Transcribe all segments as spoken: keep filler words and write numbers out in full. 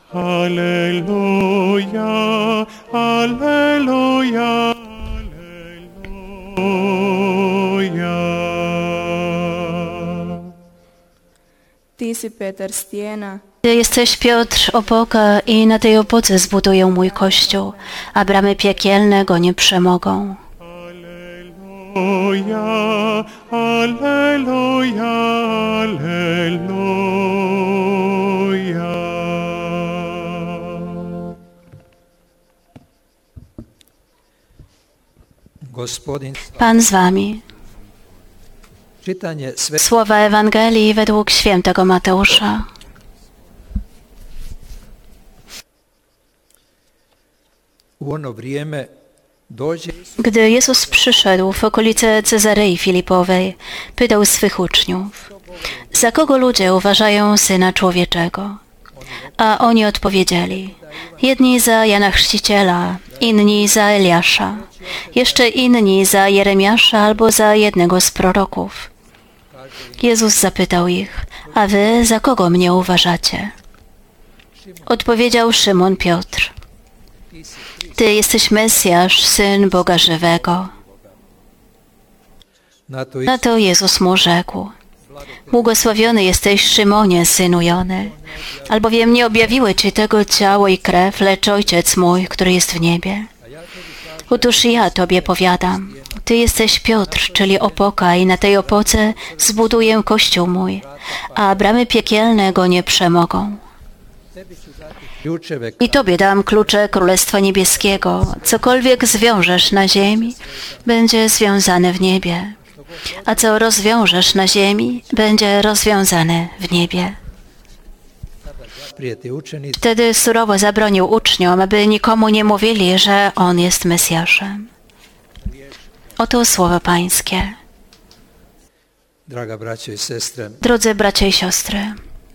Alleluja, alleluja, alleluja. Ty jsi Peter stijena. Ty jesteś Piotr, opoka i na tej opoce zbuduję mój kościół, a bramy piekielne go nie przemogą. Alleluja, alleluja, alleluja. Pan z wami. Słowa Ewangelii według świętego Mateusza. Gdy Jezus przyszedł w okolice Cezarei Filipowej, pytał swych uczniów: za kogo ludzie uważają Syna Człowieczego? A oni odpowiedzieli: jedni za Jana Chrzciciela, inni za Eliasza, jeszcze inni za Jeremiasza albo za jednego z proroków. Jezus zapytał ich: a wy za kogo mnie uważacie? Odpowiedział Szymon Piotr: Ty jesteś Mesjasz, Syn Boga żywego. Na to Jezus mu rzekł: błogosławiony jesteś, Szymonie, synu Jony, albowiem nie objawiły Ci tego ciało i krew, lecz Ojciec mój, który jest w niebie. Otóż ja Tobie powiadam, Ty jesteś Piotr, czyli opoka, i na tej opoce zbuduję kościół mój, a bramy piekielne go nie przemogą. I Tobie dam klucze Królestwa Niebieskiego. Cokolwiek zwiążesz na ziemi, będzie związane w niebie, a co rozwiążesz na ziemi, będzie rozwiązane w niebie. Wtedy surowo zabronił uczniom, aby nikomu nie mówili, że On jest Mesjaszem. Oto słowa Pańskie. Drodzy bracia i siostry,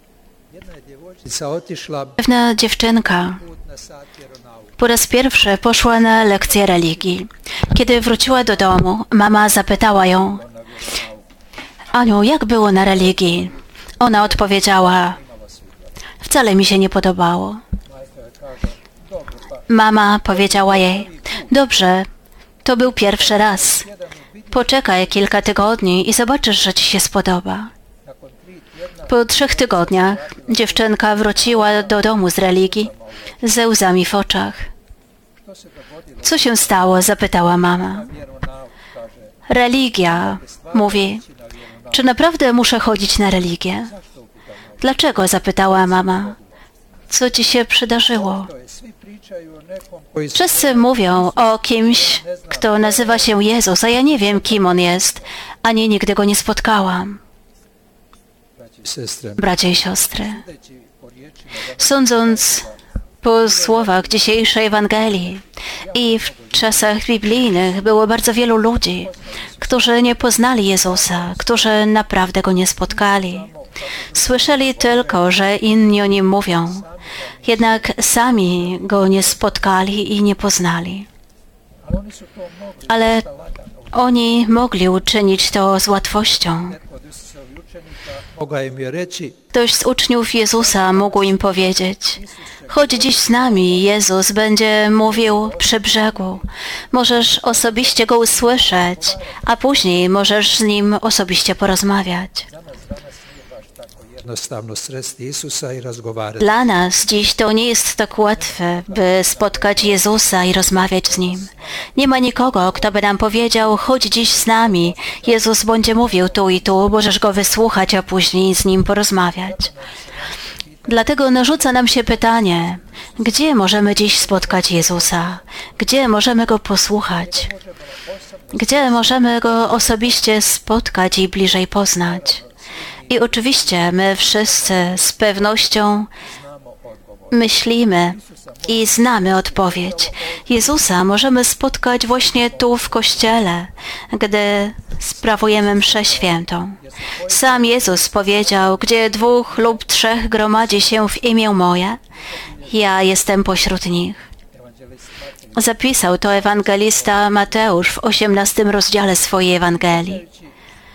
pewna dziewczynka po raz pierwszy poszła na lekcję religii. Kiedy wróciła do domu, mama zapytała ją: Aniu, jak było na religii? Ona odpowiedziała: wcale mi się nie podobało. Mama powiedziała jej: dobrze, to był pierwszy raz. Poczekaj kilka tygodni i zobaczysz, że ci się spodoba. Po trzech tygodniach dziewczynka wróciła do domu z religii ze łzami w oczach. Co się stało? Zapytała mama. Religia, mówi. Czy naprawdę muszę chodzić na religię? Dlaczego? Zapytała mama. Co ci się przydarzyło? Wszyscy mówią o kimś, kto nazywa się Jezus, a ja nie wiem, kim On jest, ani nigdy Go nie spotkałam. Bracia i siostry, sądząc po słowach dzisiejszej Ewangelii i w czasach biblijnych było bardzo wielu ludzi, którzy nie poznali Jezusa, którzy naprawdę Go nie spotkali. Słyszeli tylko, że inni o Nim mówią, jednak sami Go nie spotkali i nie poznali. Ale oni mogli uczynić to z łatwością. Ktoś z uczniów Jezusa mógł im powiedzieć: chodź dziś z nami, Jezus będzie mówił przy brzegu. Możesz osobiście Go usłyszeć, a później możesz z Nim osobiście porozmawiać. Dla nas dziś to nie jest tak łatwe, by spotkać Jezusa i rozmawiać z Nim. Nie ma nikogo, kto by nam powiedział: chodź dziś z nami, Jezus będzie mówił tu i tu, możesz Go wysłuchać, a później z Nim porozmawiać. Dlatego narzuca nam się pytanie: gdzie możemy dziś spotkać Jezusa? Gdzie możemy Go posłuchać? Gdzie możemy Go osobiście spotkać i bliżej poznać? I oczywiście my wszyscy z pewnością myślimy i znamy odpowiedź. Jezusa możemy spotkać właśnie tu w Kościele, gdy sprawujemy mszę świętą. Sam Jezus powiedział: gdzie dwóch lub trzech gromadzi się w imię moje, ja jestem pośród nich. Zapisał to ewangelista Mateusz w osiemnastym rozdziale swojej Ewangelii.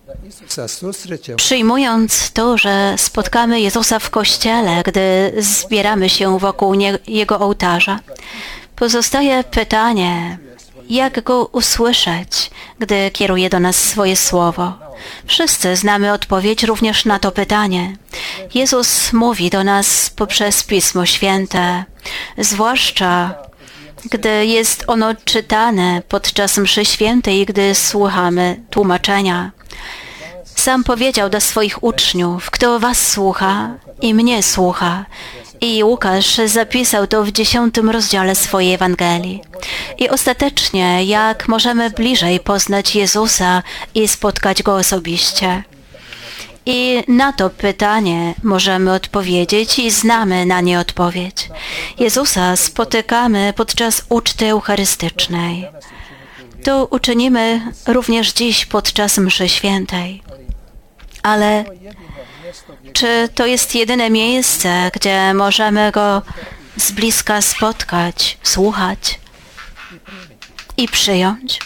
Isusa susrećemo Przyjmując to, że spotkamy Jezusa w Kościele, gdy zbieramy się wokół nie, Jego ołtarza, pozostaje pytanie, jak Go usłyszeć, gdy kieruje do nas swoje słowo. Wszyscy znamy odpowiedź również na to pytanie. Jezus mówi do nas poprzez Pismo Święte, zwłaszcza gdy jest ono czytane podczas mszy świętej i gdy słuchamy tłumaczenia. Sam powiedział do swoich uczniów, kto was słucha i mnie słucha. I Łukasz zapisał to w dziesiątym rozdziale swojej Ewangelii. I ostatecznie, jak możemy bliżej poznać Jezusa i spotkać Go osobiście? I na to pytanie możemy odpowiedzieć i znamy na nie odpowiedź. Jezusa spotykamy podczas uczty eucharystycznej. To uczynimy również dziś podczas mszy świętej. Ale czy to jest jedyne miejsce, gdzie możemy Go z bliska spotkać, słuchać i przyjąć?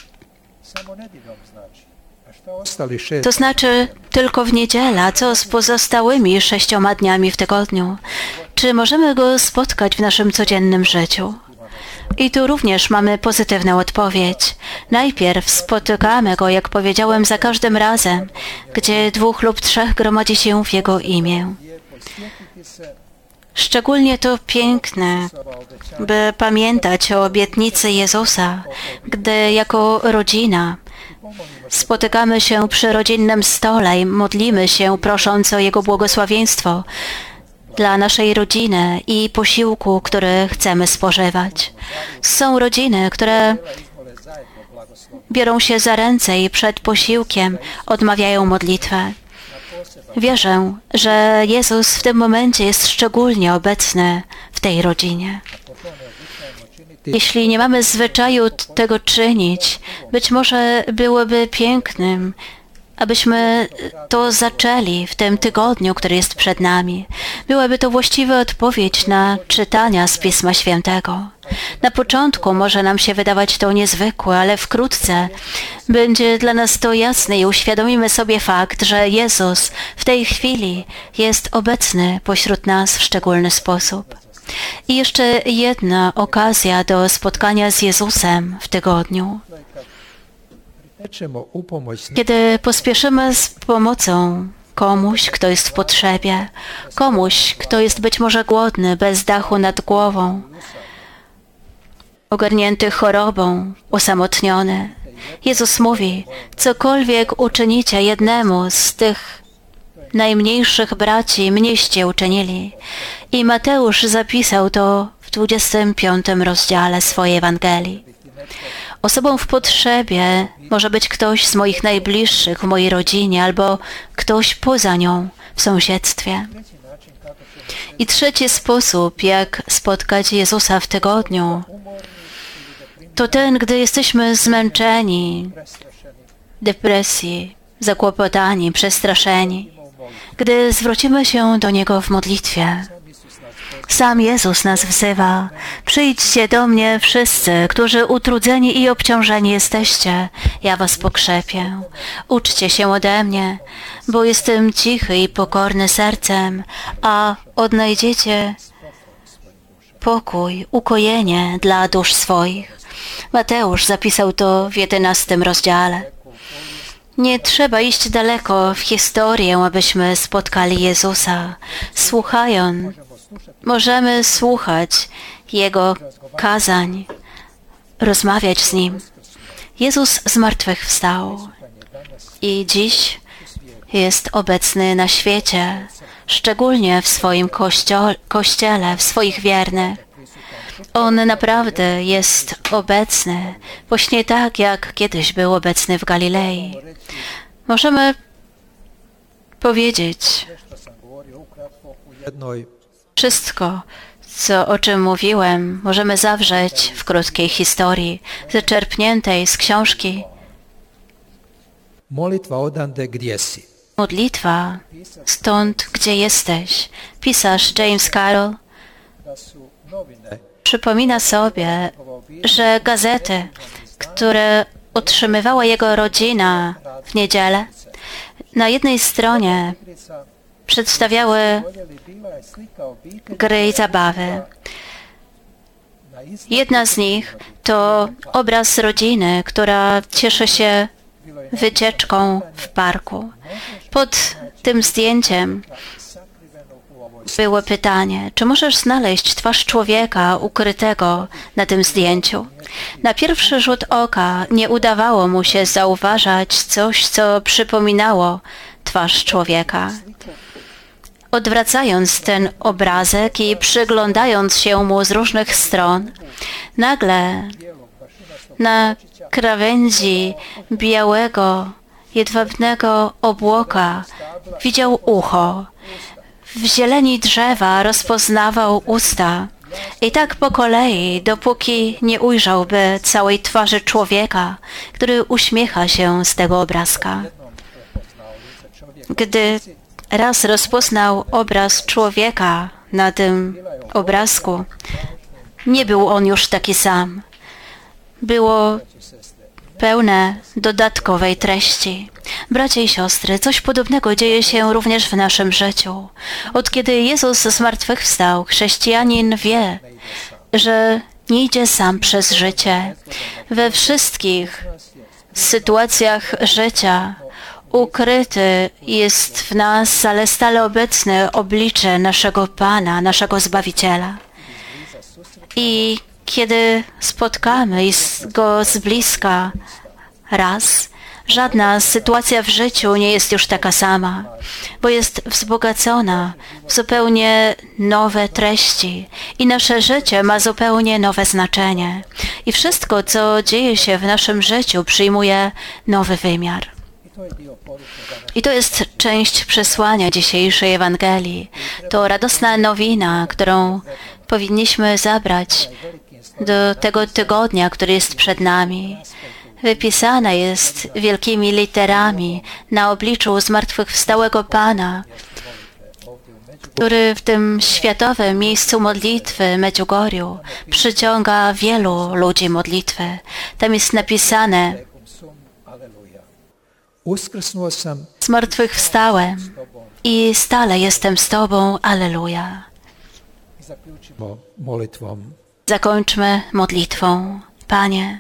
ostali šest To znaczy tylko w niedzielę, a co z pozostałymi sześcioma dniami w tygodniu? Czy możemy Go spotkać w naszym codziennym życiu? I tu również mamy pozytywną odpowiedź. Najpierw spotykamy Go, jak powiedziałem, za każdym razem, gdzie dwóch lub trzech gromadzi się w Jego imię. Szczególnie to piękne, by pamiętać o obietnicy Jezusa, gdy jako rodzina spotykamy się przy rodzinnym stole i modlimy się, prosząc o Jego błogosławieństwo dla naszej rodziny i posiłku, który chcemy spożywać. Są rodziny, które biorą się za ręce i przed posiłkiem odmawiają modlitwę. Wierzę, że Jezus w tym momencie jest szczególnie obecny w tej rodzinie. Jeśli nie mamy zwyczaju tego czynić, być może byłoby pięknym, abyśmy to zaczęli w tym tygodniu, który jest przed nami. Byłaby to właściwa odpowiedź na czytania z Pisma Świętego. Na początku może nam się wydawać to niezwykłe, ale wkrótce będzie dla nas to jasne i uświadomimy sobie fakt, że Jezus w tej chwili jest obecny pośród nas w szczególny sposób. I jeszcze jedna okazja do spotkania z Jezusem w tygodniu. tečemo u pomoć Kiedy pospieszymy z pomocą komuś, kto jest w potrzebie, komuś, kto jest być może głodny, bez dachu nad głową, ogarnięty chorobą, osamotniony. Jezus mówi, cokolwiek uczynicie jednemu z tych najmniejszych braci, mnieście uczynili. I Mateusz zapisał to w dwudziestym piątym rozdziale swojej Ewangelii. Osobą w potrzebie może być ktoś z moich najbliższych w mojej rodzinie albo ktoś poza nią w sąsiedztwie. I trzeci sposób, jak spotkać Jezusa w tygodniu, to ten, gdy jesteśmy zmęczeni, depresji, zakłopotani, przestraszeni, gdy zwrócimy się do Niego w modlitwie. Sam Jezus nas wzywa. Przyjdźcie do mnie wszyscy, którzy utrudzeni i obciążeni jesteście. Ja was pokrzepię. Uczcie się ode mnie, bo jestem cichy i pokorny sercem, a odnajdziecie pokój, ukojenie dla dusz swoich. Mateusz zapisał to w jedenastym rozdziale. Nie trzeba iść daleko w historię, abyśmy spotkali Jezusa. Słuchając, możemy słuchać Jego kazań, rozmawiać z Nim. Jezus zmartwychwstał i dziś jest obecny na świecie, szczególnie w swoim kościo- kościele, w swoich wiernych. On naprawdę jest obecny, właśnie tak, jak kiedyś był obecny w Galilei. Możemy powiedzieć jednoj wszystko, co, o czym mówiłem, możemy zawrzeć w krótkiej historii, zaczerpniętej z książki molitva odande gdje si. Modlitwa stąd, gdzie jesteś. Pisarz James Carroll Da su novine przypomina sobie, że gazety, które otrzymywała jego rodzina w niedzielę, Na jednej stronie przedstawiały gry i zabawy. Jedna z nich to obraz rodziny, która cieszy się wycieczką w parku. Pod tym zdjęciem było pytanie, czy możesz znaleźć twarz człowieka ukrytego na tym zdjęciu? Na pierwszy rzut oka nie udawało mu się zauważać coś, co przypominało twarz człowieka. Odwracając ten obrazek i przyglądając się mu z różnych stron, nagle na krawędzi białego, jedwabnego obłoka widział ucho. W zieleni drzewa rozpoznawał usta. I tak po kolei, dopóki nie ujrzałby całej twarzy człowieka, który uśmiecha się z tego obrazka. Gdy raz rozpoznał obraz człowieka na tym obrazku, nie był on już taki sam. Było pełne dodatkowej treści. Bracia i siostry, coś podobnego dzieje się również w naszym życiu. Od kiedy Jezus zmartwychwstał, chrześcijanin wie, że nie idzie sam przez życie. We wszystkich sytuacjach życia ukryty jest w nas, ale stale obecne oblicze naszego Pana, naszego Zbawiciela. I kiedy spotkamy Go z bliska raz, żadna sytuacja w życiu nie jest już taka sama, bo jest wzbogacona w zupełnie nowe treści i nasze życie ma zupełnie nowe znaczenie. I wszystko, co dzieje się w naszym życiu, przyjmuje nowy wymiar. I to jest część przesłania dzisiejszej Ewangelii. To radosna nowina, którą powinniśmy zabrać do tego tygodnia, który jest przed nami. Wypisana jest wielkimi literami na obliczu zmartwychwstałego Pana, który w tym światowym miejscu modlitwy Medjugorju przyciąga wielu ludzi modlitwy. Tam jest napisane: zmartwychwstałem i stale jestem z Tobą. Alleluja. Zakończmy modlitwą. Panie,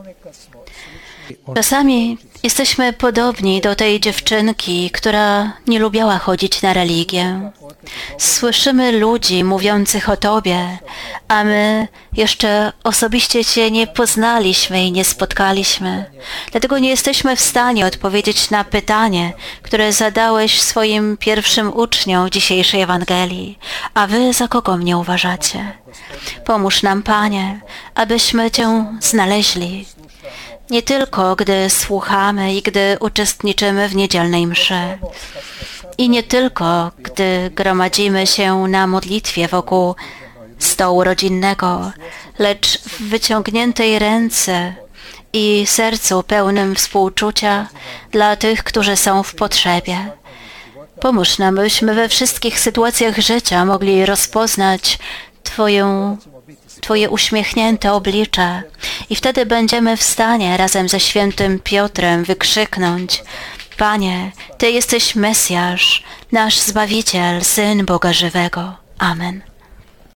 czasami jesteśmy podobni do tej dziewczynki, która nie lubiała chodzić na religię. Słyszymy ludzi mówiących o Tobie, a my jeszcze osobiście Cię nie poznaliśmy i nie spotkaliśmy. Dlatego nie jesteśmy w stanie odpowiedzieć na pytanie, które zadałeś swoim pierwszym uczniom dzisiejszej Ewangelii. A Wy za kogo mnie uważacie? Pomóż nam, Panie, abyśmy Cię znaleźli. Nie tylko, gdy słuchamy i gdy uczestniczymy w niedzielnej mszy. I nie tylko, gdy gromadzimy się na modlitwie wokół stołu rodzinnego, lecz w wyciągniętej ręce i sercu pełnym współczucia dla tych, którzy są w potrzebie. Pomóż nam, byśmy we wszystkich sytuacjach życia mogli rozpoznać Twoją Twoje uśmiechnięte oblicze i wtedy będziemy w stanie razem ze świętym Piotrem wykrzyknąć: Panie, Ty jesteś Mesjasz, nasz Zbawiciel, Syn Boga żywego. Amen.